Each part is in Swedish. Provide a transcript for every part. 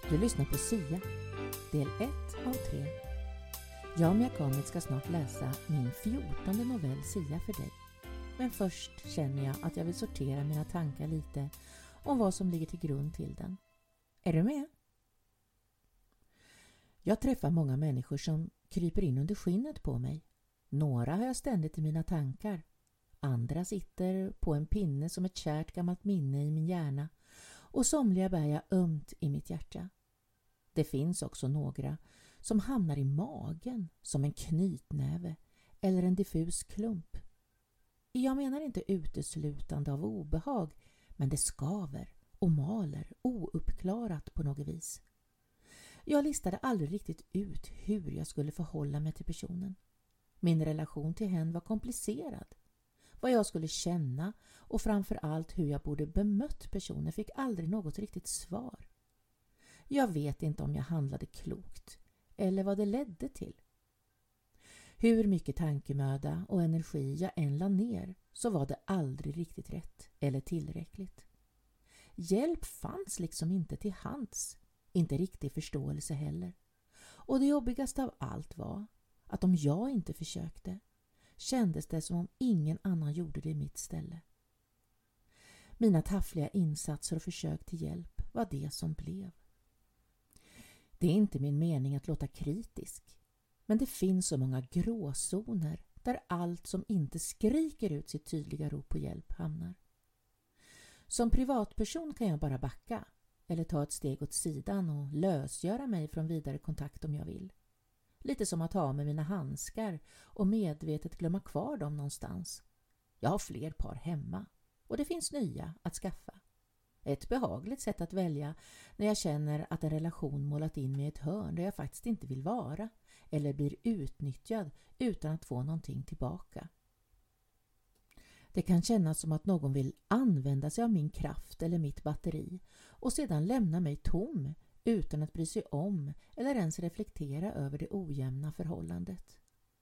Du lyssnar på Sia, del 1 av 3. Jag och Mia Kamit ska snart läsa min 14:e novell Sia för dig. Men först känner jag att jag vill sortera mina tankar lite om vad som ligger till grund till den. Är du med? Jag träffar många människor som kryper in under skinnet på mig. Några har jag ständigt i mina tankar. Andra sitter på en pinne som ett kärt gammalt minne i min hjärna. Och somliga bär jag ömt i mitt hjärta. Det finns också några som hamnar i magen som en knytnäve eller en diffus klump. Jag menar inte uteslutande av obehag, men det skaver och maler ouppklarat på något vis. Jag listade aldrig riktigt ut hur jag skulle förhålla mig till personen. Min relation till henne var komplicerad. Vad jag skulle känna och framför allt hur jag borde bemött personen fick aldrig något riktigt svar. Jag vet inte om jag handlade klokt eller vad det ledde till. Hur mycket tankemöda och energi jag än la ner så var det aldrig riktigt rätt eller tillräckligt. Hjälp fanns liksom inte till hands, inte riktig förståelse heller. Och det jobbigaste av allt var att om jag inte försökte kändes det som om ingen annan gjorde det i mitt ställe. Mina taffliga insatser och försök till hjälp var det som blev. Det är inte min mening att låta kritisk, men det finns så många gråzoner där allt som inte skriker ut sitt tydliga rop på hjälp hamnar. Som privatperson kan jag bara backa eller ta ett steg åt sidan och lösgöra mig från vidare kontakt om jag vill. Lite som att ha med mina handskar och medvetet glömma kvar dem någonstans. Jag har fler par hemma och det finns nya att skaffa. Ett behagligt sätt att välja när jag känner att en relation målat in mig i ett hörn där jag faktiskt inte vill vara eller blir utnyttjad utan att få någonting tillbaka. Det kan kännas som att någon vill använda sig av min kraft eller mitt batteri och sedan lämna mig tom utan att bry sig om eller ens reflektera över det ojämna förhållandet.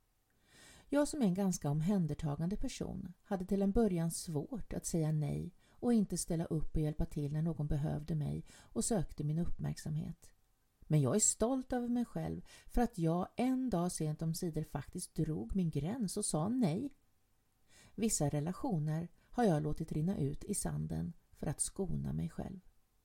Jag som är en ganska omhändertagande person hade till en början svårt att säga nej och inte ställa upp och hjälpa till när någon behövde mig och sökte min uppmärksamhet. Men jag är stolt över mig själv för att jag en dag sent omsider faktiskt drog min gräns och sa nej. Vissa relationer har jag låtit rinna ut i sanden för att skona mig själv.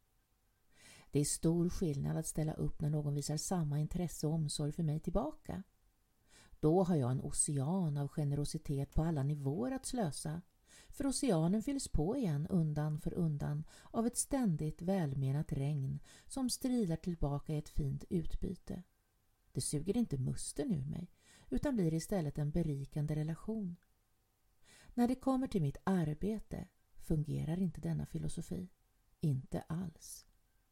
Det är stor skillnad att ställa upp när någon visar samma intresse och omsorg för mig tillbaka. Då har jag en ocean av generositet på alla nivåer att slösa. För oceanen fylls på igen undan för undan av ett ständigt välmenat regn som strilar tillbaka i ett fint utbyte. Det suger inte musten ur mig utan blir istället en berikande relation. När det kommer till mitt arbete fungerar inte denna filosofi. Inte alls.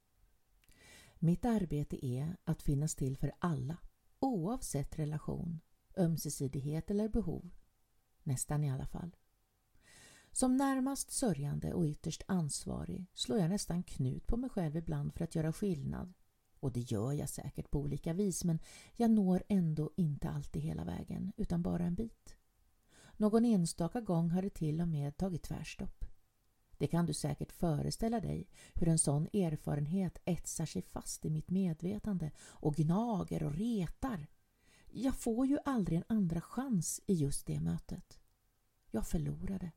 Mitt arbete är att finnas till för alla, oavsett relation, ömsesidighet eller behov. Nästan i alla fall. Som närmast sörjande och ytterst ansvarig slår jag nästan knut på mig själv ibland för att göra skillnad. Och det gör jag säkert på olika vis, men jag når ändå inte alltid hela vägen utan bara en bit. Någon enstaka gång har det till och med tagit tvärstopp. Det kan du säkert föreställa dig hur en sån erfarenhet etsar sig fast i mitt medvetande och gnager och retar. Jag får ju aldrig en andra chans i just det mötet. Jag förlorade.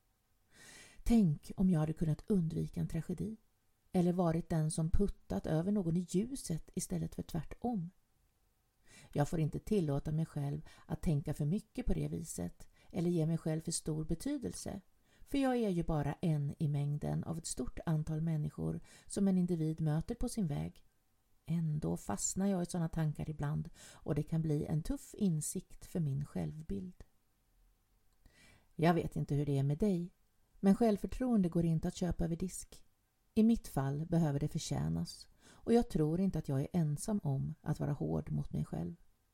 Tänk om jag hade kunnat undvika en tragedi eller varit den som puttat över någon i ljuset istället för tvärtom. Jag får inte tillåta mig själv att tänka för mycket på det viset eller ge mig själv för stor betydelse. För jag är ju bara en i mängden av ett stort antal människor som en individ möter på sin väg. Ändå fastnar jag i sådana tankar ibland och det kan bli en tuff insikt för min självbild. Jag vet inte hur det är med dig, men självförtroende går inte att köpa över disk. I mitt fall behöver det förtjänas och jag tror inte att jag är ensam om att vara hård mot mig själv.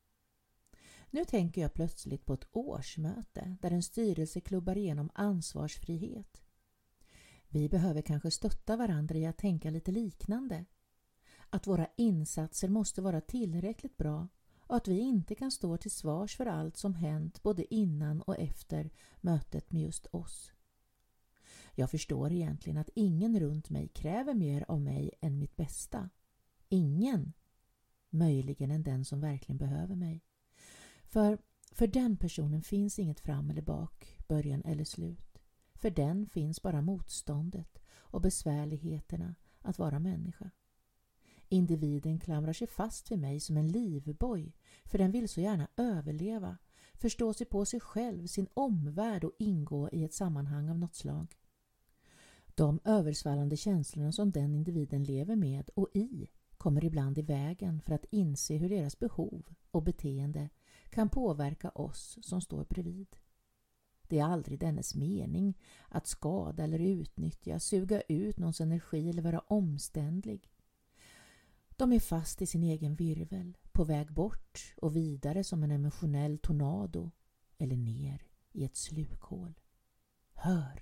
Nu tänker jag plötsligt på ett årsmöte där en styrelse klubbar igenom ansvarsfrihet. Vi behöver kanske stötta varandra i att tänka lite liknande. Att våra insatser måste vara tillräckligt bra och att vi inte kan stå till svars för allt som hänt både innan och efter mötet med just oss. Jag förstår egentligen att ingen runt mig kräver mer av mig än mitt bästa. Ingen, möjligen än den som verkligen behöver mig. För den personen finns inget fram eller bak, början eller slut. För den finns bara motståndet och besvärligheterna att vara människa. Individen klamrar sig fast vid mig som en livboj, för den vill så gärna överleva, förstå sig på sig själv, sin omvärld och ingå i ett sammanhang av något slag. De översvallande känslorna som den individen lever med och i kommer ibland i vägen för att inse hur deras behov och beteende kan påverka oss som står bredvid. Det är aldrig dennes mening att skada eller utnyttja, suga ut någons energi eller vara omständlig. De är fast i sin egen virvel, på väg bort och vidare som en emotionell tornado eller ner i ett slukhål. Hör!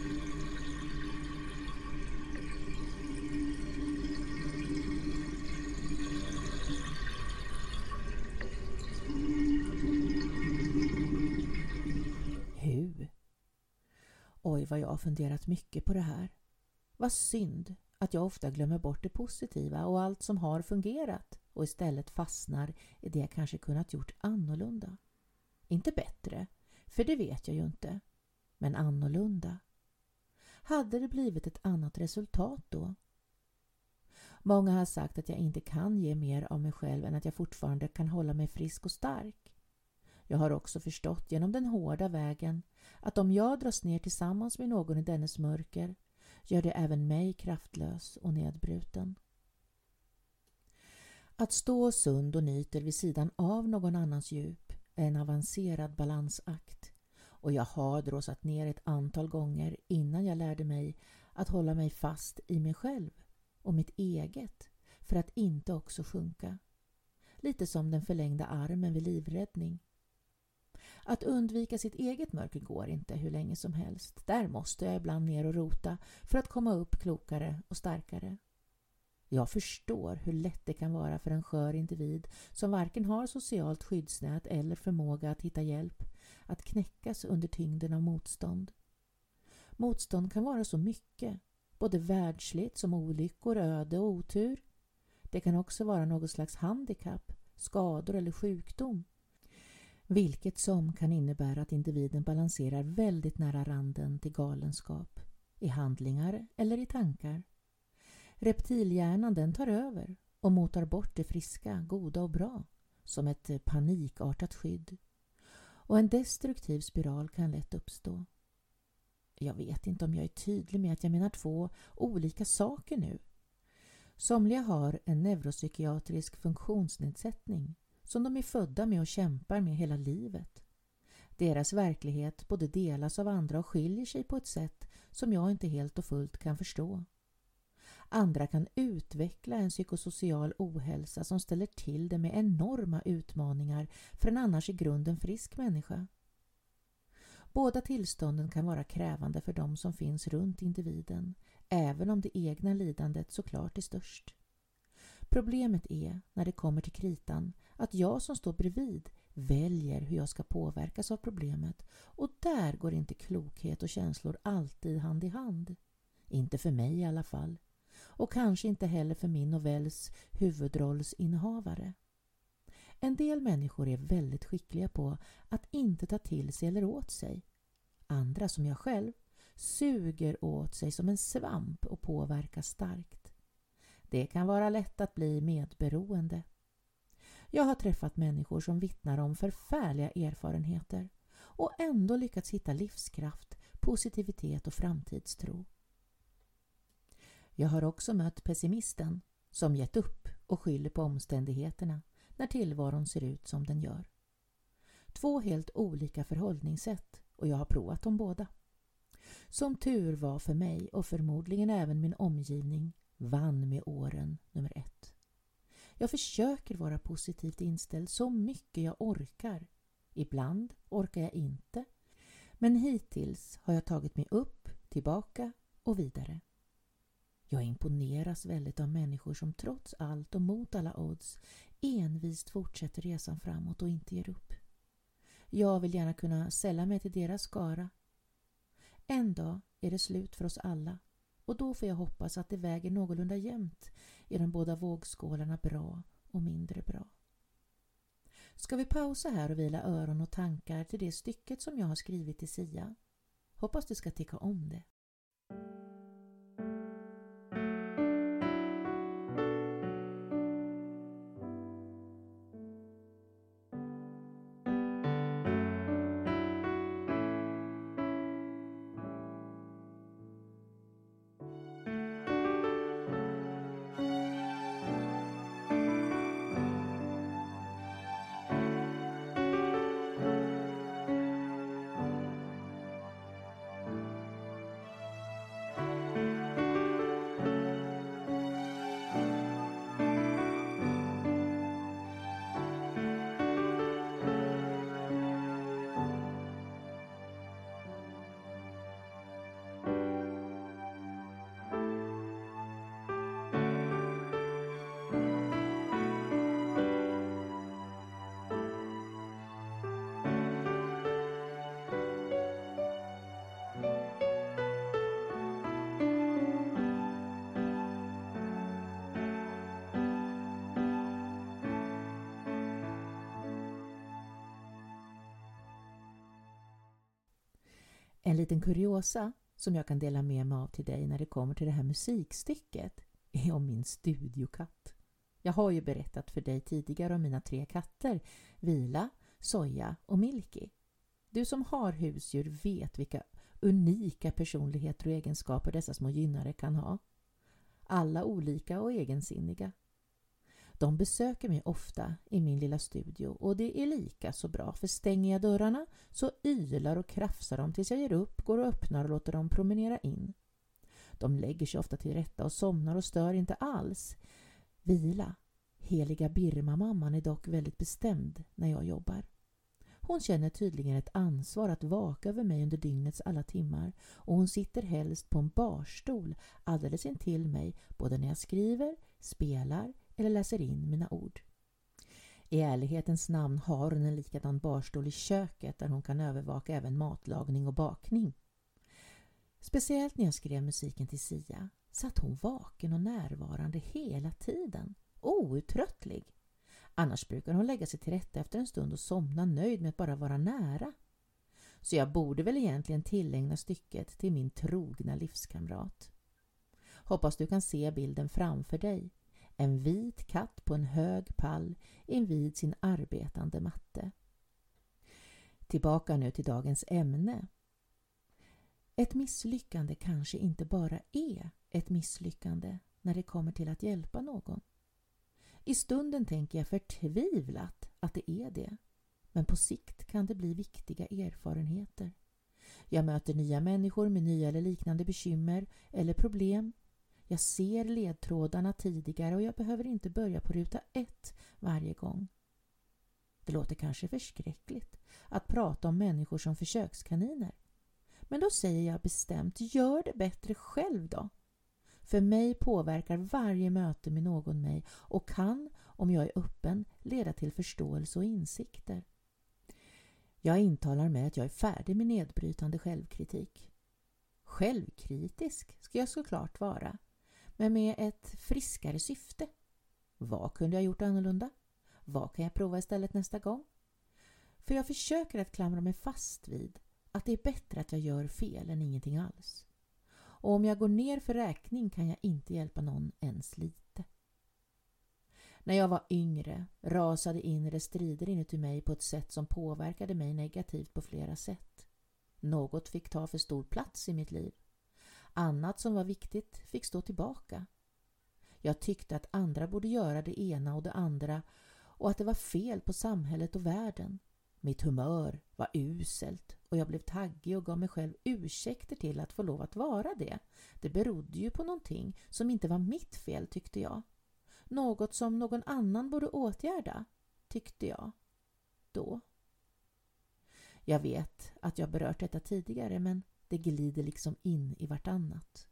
Oj, vad jag har funderat mycket på det här. Vad synd att jag ofta glömmer bort det positiva och allt som har fungerat och istället fastnar i det jag kanske kunnat gjort annorlunda. Inte bättre, för det vet jag ju inte. Men annorlunda. Hade det blivit ett annat resultat då? Många har sagt att jag inte kan ge mer av mig själv än att jag fortfarande kan hålla mig frisk och stark. Jag har också förstått genom den hårda vägen att om jag dras ner tillsammans med någon i dennes mörker gör det även mig kraftlös och nedbruten. Att stå sund och nyter vid sidan av någon annans djup är en avancerad balansakt och jag har dråsat ner ett antal gånger innan jag lärde mig att hålla mig fast i mig själv och mitt eget för att inte också sjunka. Lite som den förlängda armen vid livräddning. Att undvika sitt eget mörker går inte hur länge som helst. Där måste jag ibland ner och rota för att komma upp klokare och starkare. Jag förstår hur lätt det kan vara för en skör individ som varken har socialt skyddsnät eller förmåga att hitta hjälp att knäckas under tyngden av motstånd. Motstånd kan vara så mycket, både världsligt som olyckor, öde och otur. Det kan också vara något slags handikapp, skador eller sjukdom. Vilket som kan innebära att individen balanserar väldigt nära randen till galenskap, i handlingar eller i tankar. Reptilhjärnan den tar över och motar bort det friska, goda och bra, som ett panikartat skydd. Och en destruktiv spiral kan lätt uppstå. Jag vet inte om jag är tydlig med att jag menar två olika saker nu. Somliga har en neuropsykiatrisk funktionsnedsättning som de är födda med och kämpar med hela livet. Deras verklighet både delas av andra och skiljer sig på ett sätt som jag inte helt och fullt kan förstå. Andra kan utveckla en psykosocial ohälsa som ställer till det med enorma utmaningar för en annars i grunden frisk människa. Båda tillstånden kan vara krävande för de som finns runt individen, även om det egna lidandet såklart är störst. Problemet är, när det kommer till kritan, att jag som står bredvid väljer hur jag ska påverkas av problemet och där går inte klokhet och känslor alltid hand i hand. Inte för mig i alla fall. Och kanske inte heller för min novells huvudrollsinnehavare. En del människor är väldigt skickliga på att inte ta till sig eller åt sig. Andra, som jag själv, suger åt sig som en svamp och påverkar starkt. Det kan vara lätt att bli medberoende. Jag har träffat människor som vittnar om förfärliga erfarenheter och ändå lyckats hitta livskraft, positivitet och framtidstro. Jag har också mött pessimisten som gett upp och skyller på omständigheterna när tillvaron ser ut som den gör. Två helt olika förhållningssätt och jag har provat dem båda. Som tur var för mig och förmodligen även min omgivning vann med åren nummer 1. Jag försöker vara positivt inställd så mycket jag orkar. Ibland orkar jag inte. Men hittills har jag tagit mig upp, tillbaka och vidare. Jag imponeras väldigt av människor som trots allt och mot alla odds envist fortsätter resan framåt och inte ger upp. Jag vill gärna kunna sälla mig till deras skara. En dag är det slut för oss alla och då får jag hoppas att det väger någorlunda jämnt är de båda vågskålarna bra och mindre bra. Ska vi pausa här och vila öron och tankar till det stycket som jag har skrivit till Sia? Hoppas du ska tycka om det. En liten kuriosa som jag kan dela med mig av till dig när det kommer till det här musikstycket är om min studiokatt. Jag har ju berättat för dig tidigare om mina 3 katter, Vila, Soja och Milky. Du som har husdjur vet vilka unika personligheter och egenskaper dessa små gynnare kan ha. Alla olika och egensinniga. De besöker mig ofta i min lilla studio och det är lika så bra, för stänger jag dörrarna så ylar och krafsar de tills jag ger upp, går och öppnar och låter dem promenera in. De lägger sig ofta till rätta och somnar och stör inte alls. Vila, heliga Birma-mamman, är dock väldigt bestämd när jag jobbar. Hon känner tydligen ett ansvar att vaka över mig under dygnets alla timmar och hon sitter helst på en barstol alldeles intill mig både när jag skriver, spelar eller läser in mina ord. I ärlighetens namn har hon en likadan barstol i köket där hon kan övervaka även matlagning och bakning. Speciellt när jag skrev musiken till Sia satt hon vaken och närvarande hela tiden, outtröttlig. Annars brukar hon lägga sig till rätta efter en stund och somna nöjd med att bara vara nära. Så jag borde väl egentligen tillägna stycket till min trogna livskamrat. Hoppas du kan se bilden framför dig. En vit katt på en hög pall invid sin arbetande matte. Tillbaka nu till dagens ämne. Ett misslyckande kanske inte bara är ett misslyckande när det kommer till att hjälpa någon. I stunden tänker jag förtvivlat att det är det. Men på sikt kan det bli viktiga erfarenheter. Jag möter nya människor med nya eller liknande bekymmer eller problem. Jag ser ledtrådarna tidigare och jag behöver inte börja på ruta 1 varje gång. Det låter kanske förskräckligt att prata om människor som försökskaniner. Men då säger jag bestämt, gör det bättre själv då. För mig påverkar varje möte med någon mig och kan, om jag är öppen, leda till förståelse och insikter. Jag intalar mig att jag är färdig med nedbrytande självkritik. Självkritisk ska jag såklart vara, men med ett friskare syfte. Vad kunde jag gjort annorlunda? Vad kan jag prova istället nästa gång? För jag försöker att klamra mig fast vid att det är bättre att jag gör fel än ingenting alls. Och om jag går ner för räkning kan jag inte hjälpa någon ens lite. När jag var yngre rasade inre strider inuti mig på ett sätt som påverkade mig negativt på flera sätt. Något fick ta för stor plats i mitt liv. Annat som var viktigt fick stå tillbaka. Jag tyckte att andra borde göra det ena och det andra och att det var fel på samhället och världen. Mitt humör var uselt och jag blev taggig och gav mig själv ursäkter till att få lov att vara det. Det berodde ju på någonting som inte var mitt fel, tyckte jag. Något som någon annan borde åtgärda, tyckte jag då. Jag vet att jag berört detta tidigare, men det glider liksom in i vartannat.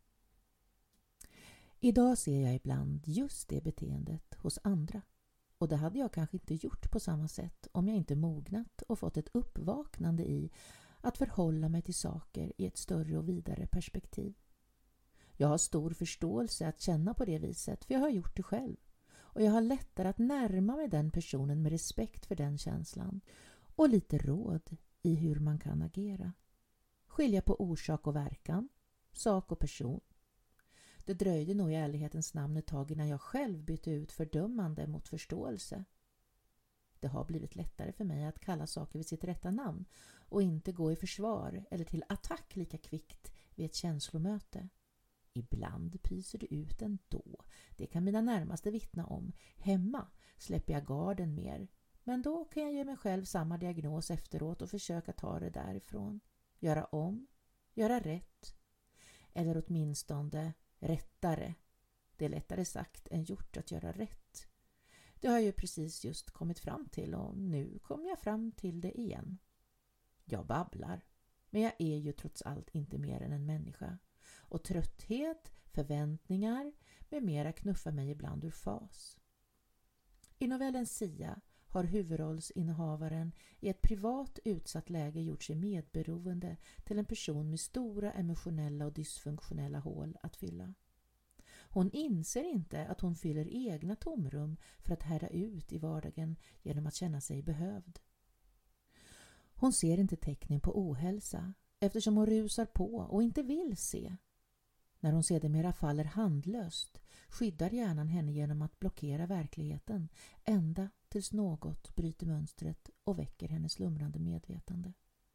Idag ser jag ibland just det beteendet hos andra. Och det hade jag kanske inte gjort på samma sätt om jag inte mognat och fått ett uppvaknande i att förhålla mig till saker i ett större och vidare perspektiv. Jag har stor förståelse att känna på det viset, för jag har gjort det själv. Och jag har lättare att närma mig den personen med respekt för den känslan och lite råd i hur man kan agera. Skilja på orsak och verkan, sak och person. Det dröjde nog i ärlighetens namn ett tag innan jag själv bytte ut fördömande mot förståelse. Det har blivit lättare för mig att kalla saker vid sitt rätta namn och inte gå i försvar eller till attack lika kvickt vid ett känslomöte. Ibland pyser det ut ändå. Det kan mina närmaste vittna om. Hemma släpper jag garden mer. Men då kan jag ge mig själv samma diagnos efteråt och försöka ta det därifrån. Göra om, göra rätt. Eller åtminstone rättare. Det är lättare sagt än gjort att göra rätt. Det har jag ju precis just kommit fram till och nu kommer jag fram till det igen. Jag babblar, men jag är ju trots allt inte mer än en människa. Och trötthet, förväntningar med mera knuffar mig ibland ur fas. I novellen Sia har huvudrollsinnehavaren i ett privat utsatt läge gjort sig medberoende till en person med stora emotionella och dysfunktionella hål att fylla. Hon inser inte att hon fyller egna tomrum för att härda ut i vardagen genom att känna sig behövd. Hon ser inte tecknen på ohälsa eftersom hon rusar på och inte vill se. När hon sedermera faller handlöst skyddar hjärnan henne genom att blockera verkligheten ända tills något bryter mönstret och väcker hennes slumrande medvetande.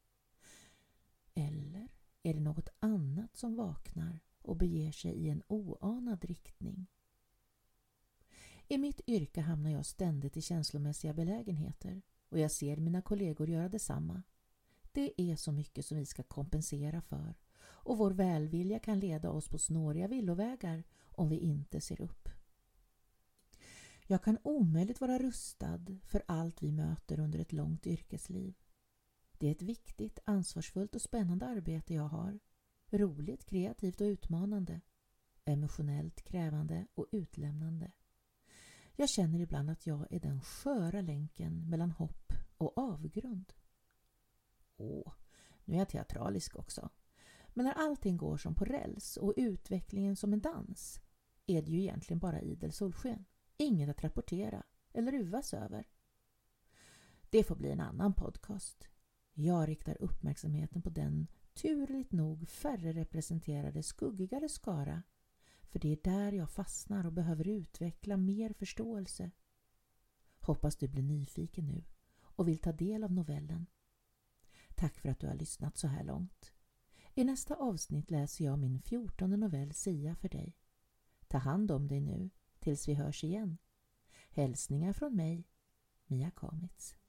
Eller är det något annat som vaknar och beger sig i en oanad riktning? I mitt yrke hamnar jag ständigt i känslomässiga belägenheter och jag ser mina kollegor göra detsamma. Det är så mycket som vi ska kompensera för och vår välvilja kan leda oss på snåriga villovägar om vi inte ser upp. Jag kan omöjligt vara rustad för allt vi möter under ett långt yrkesliv. Det är ett viktigt, ansvarsfullt och spännande arbete jag har. Roligt, kreativt och utmanande. Emotionellt krävande och utlämnande. Jag känner ibland att jag är den sköra länken mellan hopp och avgrund. Nu är jag teatralisk också. Men när allting går som på räls och utvecklingen som en dans är det ju egentligen bara idel solsken. Inget att rapportera eller uvas över. Det får bli en annan podcast. Jag riktar uppmärksamheten på den turligt nog färre representerade skuggigare skara. För det är där jag fastnar och behöver utveckla mer förståelse. Hoppas du blir nyfiken nu och vill ta del av novellen. Tack för att du har lyssnat så här långt. I nästa avsnitt läser jag min 14:e novell Sia för dig. Ta hand om dig nu tills vi hörs igen. Hälsningar från mig, Mia Kamitz.